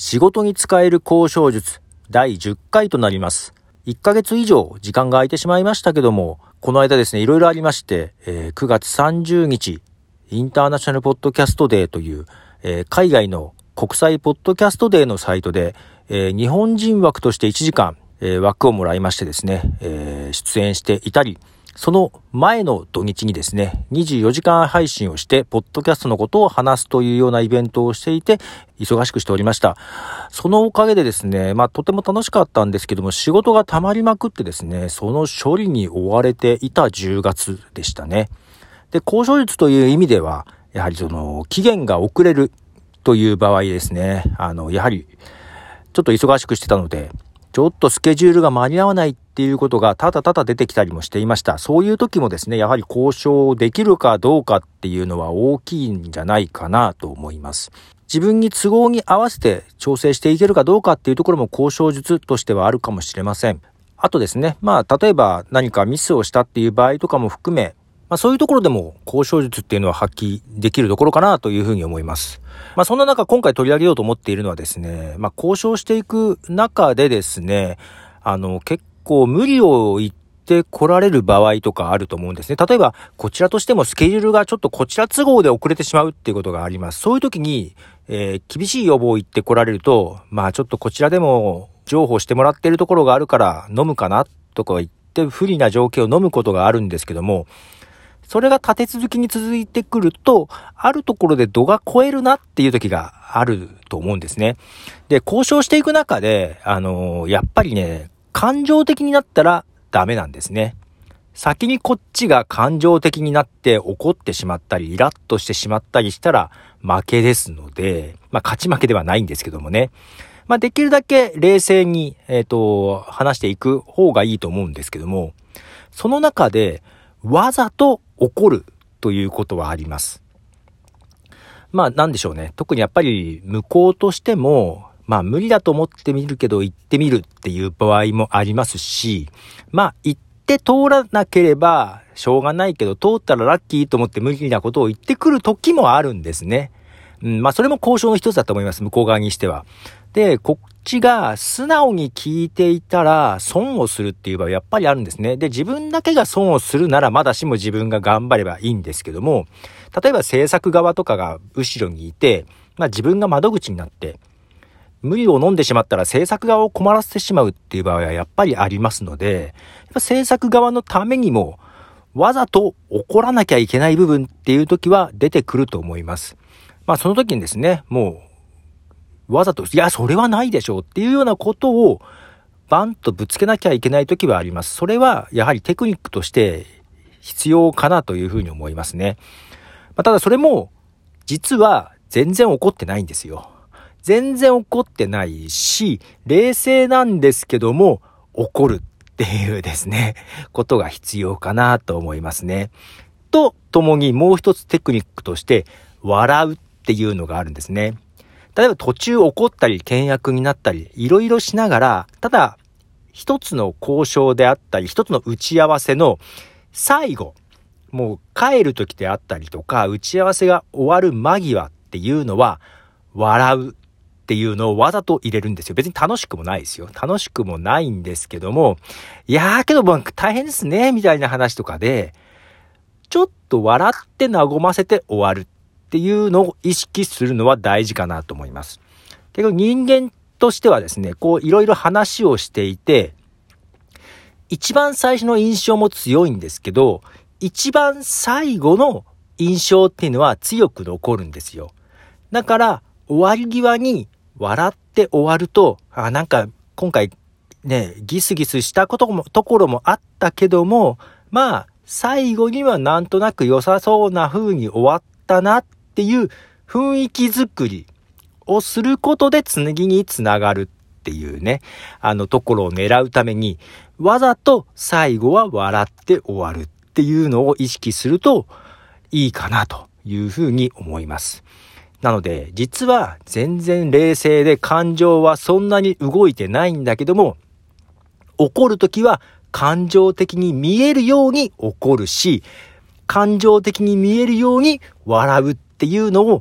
仕事に使える交渉術第10回となります。1ヶ月以上時間が空いてしまいましたけども、この間ですね、いろいろありまして、9月30日、インターナショナルポッドキャストデーという、海外の国際ポッドキャストデーのサイトで、日本人枠として1時間、枠をもらいましてですね、出演していたり、その前の土日にですね、24時間配信をして、ポッドキャストのことを話すというようなイベントをしていて、忙しくしておりました。そのおかげでですね、とても楽しかったんですけども、仕事が溜まりまくってですね、その処理に追われていた10月でしたね。で、交渉術という意味では、やはり期限が遅れるという場合ですね、やはり、ちょっと忙しくしてたので、ちょっとスケジュールが間に合わないっていうことが多々出てきたりもしていました。そういう時もですね、やはり交渉できるかどうかっていうのは大きいんじゃないかなと思います。自分に都合に合わせて調整していけるかどうかっていうところも交渉術としてはあるかもしれません。あとですね、例えば何かミスをしたっていう場合とかも含め、そういうところでも交渉術っていうのは発揮できるところかなというふうに思います。そんな中、今回取り上げようと思っているのはですね、交渉していく中でですね、結構無理を言って来られる場合とかあると思うんですね。例えば、こちらとしてもスケジュールがちょっとこちら都合で遅れてしまうっていうことがあります。そういう時に、厳しい要望を言って来られると、ちょっとこちらでも譲歩してもらっているところがあるから飲むかなとか言って不利な条件を飲むことがあるんですけども、それが立て続きに続いてくると、あるところで度が超えるなっていう時があると思うんですね。で、交渉していく中で、やっぱりね、感情的になったらダメなんですね。先にこっちが感情的になって怒ってしまったり、イラッとしてしまったりしたら負けですので、勝ち負けではないんですけどもね。できるだけ冷静に、話していく方がいいと思うんですけども、その中でわざと怒るということはあります。なんでしょうね。特にやっぱり向こうとしても、無理だと思ってみるけど行ってみるっていう場合もありますし、行って通らなければしょうがないけど、通ったらラッキーと思って無理なことを言ってくる時もあるんですね。それも交渉の一つだと思います。向こう側にしては。で、こっちが素直に聞いていたら損をするっていう場合やっぱりあるんですね。で、自分だけが損をするならまだしも自分が頑張ればいいんですけども、例えば制作側とかが後ろにいて、自分が窓口になって無理を飲んでしまったら制作側を困らせてしまうっていう場合はやっぱりありますので、やっぱ制作側のためにもわざと怒らなきゃいけない部分っていう時は出てくると思います。その時にですね、もうわざと、いや、それはないでしょうっていうようなことをバンとぶつけなきゃいけない時はあります。それはやはりテクニックとして必要かなというふうに思いますね。ただそれも実は全然怒ってないんですよ。全然怒ってないし、冷静なんですけども怒るっていうですね、ことが必要かなと思いますね。とともにもう一つテクニックとして笑うっていうのがあるんですね。例えば途中怒ったり倹約になったりいろいろしながら、ただ一つの交渉であったり一つの打ち合わせの最後、もう帰る時であったりとか打ち合わせが終わる間際っていうのは笑うっていうのをわざと入れるんですよ。別に楽しくもないですよ。楽しくもないんですけども、いやーけど大変ですねみたいな話とかでちょっと笑って和ませて終わるっていうのを意識するのは大事かなと思います。結構人間としてはですね、いろいろ話をしていて、一番最初の印象も強いんですけど、一番最後の印象っていうのは強く残るんですよ。だから終わり際に笑って終わると、今回ね、ギスギスしたところもあったけども、最後にはなんとなく良さそうな風に終わったなっていう雰囲気作りをすることで次につながるっていうね、ところを狙うためにわざと最後は笑って終わるっていうのを意識するといいかなというふうに思います。なので実は全然冷静で感情はそんなに動いてないんだけども、怒るときは感情的に見えるように怒るし、感情的に見えるように笑うっていうのを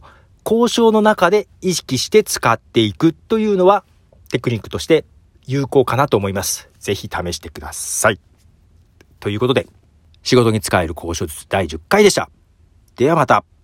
交渉の中で意識して使っていくというのはテクニックとして有効かなと思います。ぜひ試してください。ということで、仕事に使える交渉術第10回でした。ではまた。